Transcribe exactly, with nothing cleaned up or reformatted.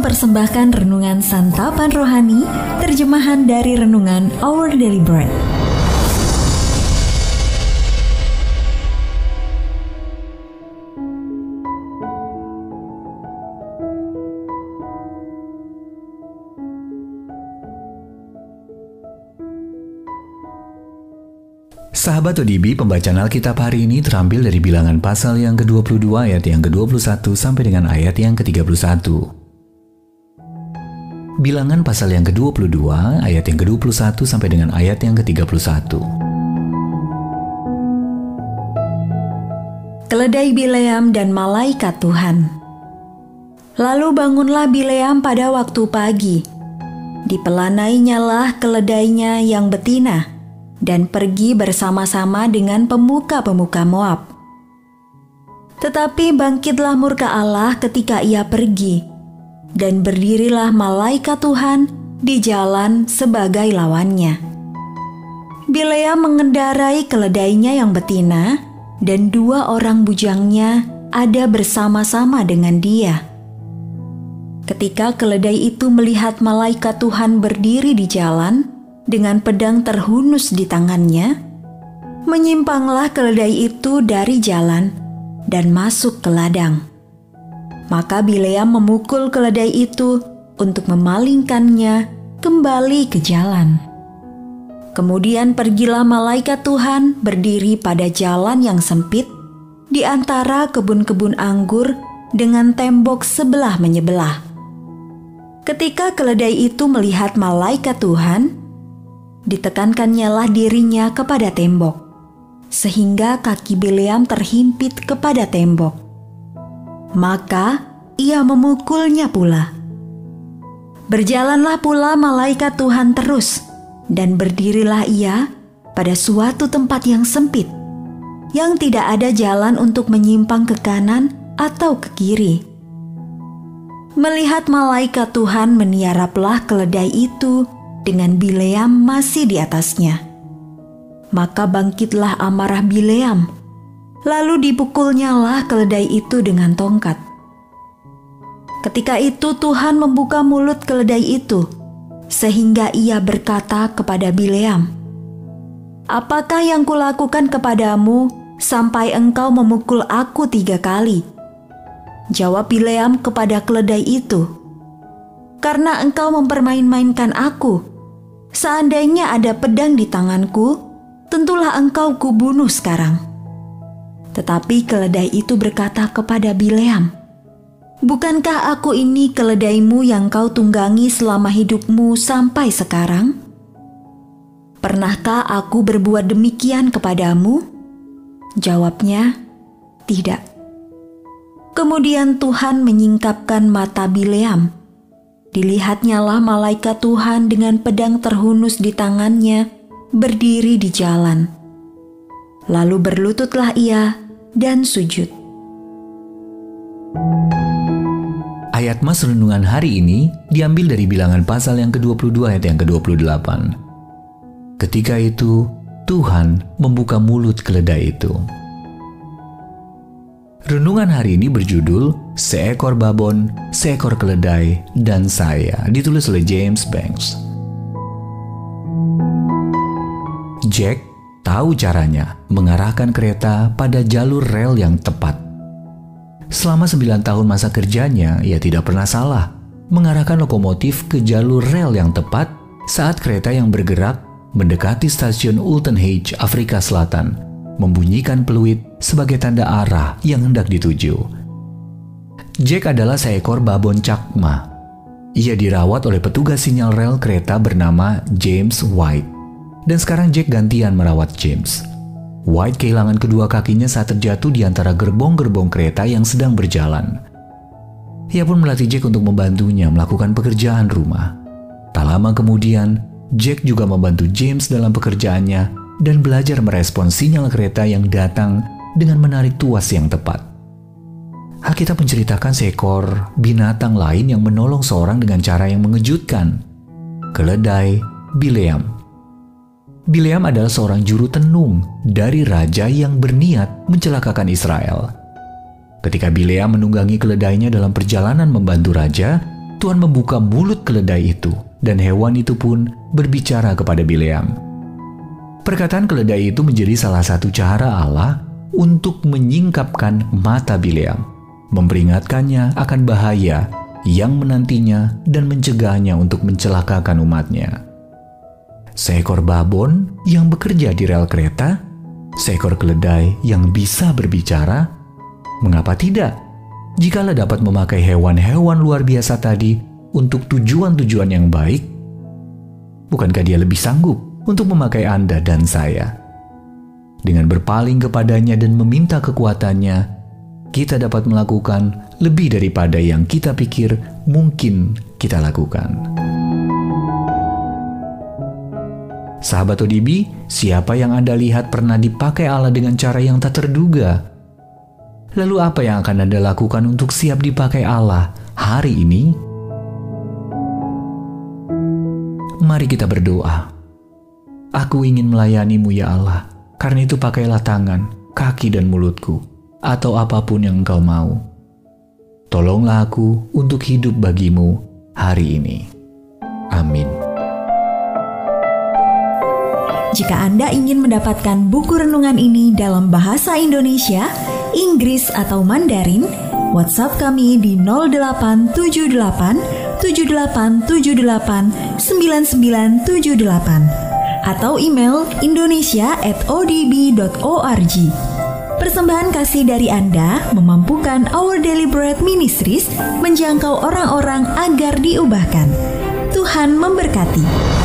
mempersembahkan renungan santapan rohani, terjemahan dari renungan Our Daily Bread. Sahabat O D B, pembacaan Alkitab hari ini terambil dari Bilangan pasal yang ke dua puluh dua ayat yang ke dua puluh satu sampai dengan ayat yang ke tiga puluh satu. Bilangan pasal yang ke dua puluh dua ayat yang ke dua puluh satu sampai dengan ayat yang ke tiga puluh satu. Keledai Bileam dan malaikat Tuhan. Lalu bangunlah Bileam pada waktu pagi. Dipelanainyalah keledainya yang betina dan pergi bersama-sama dengan pemuka-pemuka Moab. Tetapi bangkitlah murka Allah ketika ia pergi, dan berdirilah malaikat Tuhan di jalan sebagai lawannya. Bileam mengendarai keledainya yang betina, dan dua orang bujangnya ada bersama-sama dengan dia. Ketika keledai itu melihat malaikat Tuhan berdiri di jalan, dengan pedang terhunus di tangannya, menyimpanglah keledai itu dari jalan dan masuk ke ladang. Maka Bileam memukul keledai itu untuk memalingkannya kembali ke jalan. Kemudian pergilah malaikat Tuhan berdiri pada jalan yang sempit di antara kebun-kebun anggur dengan tembok sebelah menyebelah. Ketika keledai itu melihat malaikat Tuhan, ditekankannya lah dirinya kepada tembok, sehingga kaki Bileam terhimpit kepada tembok. Maka ia memukulnya pula. Berjalanlah pula malaikat Tuhan terus, dan berdirilah ia pada suatu tempat yang sempit, yang tidak ada jalan untuk menyimpang ke kanan atau ke kiri. Melihat malaikat Tuhan, meniaraplah keledai itu dengan Bileam masih di atasnya. Maka bangkitlah amarah Bileam, lalu dipukulnyalah keledai itu dengan tongkat. Ketika itu Tuhan membuka mulut keledai itu, sehingga ia berkata kepada Bileam, "Apakah yang kulakukan kepadamu sampai engkau memukul aku tiga kali?" Jawab Bileam kepada keledai itu, "Karena engkau mempermain-mainkan aku. Seandainya ada pedang di tanganku, tentulah engkau kubunuh sekarang." Tetapi keledai itu berkata kepada Bileam, "Bukankah aku ini keledaimu yang kau tunggangi selama hidupmu sampai sekarang? Pernahkah aku berbuat demikian kepadamu?" Jawabnya, "Tidak." Kemudian Tuhan menyingkapkan mata Bileam. Dilihatnyalah malaikat Tuhan dengan pedang terhunus di tangannya berdiri di jalan. Lalu berlututlah ia dan sujud. Ayat Mas renungan hari ini diambil dari Bilangan pasal yang ke dua puluh dua ayat yang ke dua puluh delapan. Ketika itu Tuhan membuka mulut keledai itu. Renungan hari ini berjudul Seekor Babon, Seekor Keledai, dan Saya, ditulis oleh James Banks. Jack tahu caranya mengarahkan kereta pada jalur rel yang tepat. Selama sembilan tahun masa kerjanya, ia tidak pernah salah mengarahkan lokomotif ke jalur rel yang tepat saat kereta yang bergerak mendekati stasiun Uitenhage, Afrika Selatan, membunyikan peluit sebagai tanda arah yang hendak dituju. Jack adalah seekor babon cakma. Ia dirawat oleh petugas sinyal rel kereta bernama James White. Dan sekarang Jack gantian merawat James. White kehilangan kedua kakinya saat terjatuh di antara gerbong-gerbong kereta yang sedang berjalan. Ia pun melatih Jack untuk membantunya melakukan pekerjaan rumah. Tak lama kemudian, Jack juga membantu James dalam pekerjaannya dan belajar merespon sinyal kereta yang datang dengan menarik tuas yang tepat. Alkitab menceritakan seekor binatang lain yang menolong seorang dengan cara yang mengejutkan. Keledai Bileam. Bileam adalah seorang juru tenung dari raja yang berniat mencelakakan Israel. Ketika Bileam menunggangi keledainya dalam perjalanan membantu raja, Tuhan membuka mulut keledai itu, dan hewan itu pun berbicara kepada Bileam. Perkataan keledai itu menjadi salah satu cara Allah untuk menyingkapkan mata Bileam, memperingatkannya akan bahaya yang menantinya dan mencegahnya untuk mencelakakan umatnya. Seekor babon yang bekerja di rel kereta, seekor keledai yang bisa berbicara, mengapa tidak? Jikalau dapat memakai hewan-hewan luar biasa tadi untuk tujuan-tujuan yang baik, bukankah dia lebih sanggup untuk memakai Anda dan saya? Dengan berpaling kepadanya dan meminta kekuatannya, kita dapat melakukan lebih daripada yang kita pikir mungkin kita lakukan. Sahabat O D B, siapa yang Anda lihat pernah dipakai Allah dengan cara yang tak terduga? Lalu apa yang akan Anda lakukan untuk siap dipakai Allah hari ini? Mari kita berdoa. Aku ingin melayani-Mu ya Allah, karena itu pakailah tangan, kaki dan mulutku, atau apapun yang Engkau mau. Tolonglah aku untuk hidup bagi-Mu hari ini. Amin. Jika Anda ingin mendapatkan buku renungan ini dalam bahasa Indonesia, Inggris atau Mandarin, WhatsApp kami di nol delapan tujuh delapan tujuh delapan tujuh delapan sembilan sembilan tujuh delapan atau email indonesia at o d b dot org. Persembahan kasih dari Anda memampukan Our Daily Bread Ministries menjangkau orang-orang agar diubahkan. Tuhan memberkati.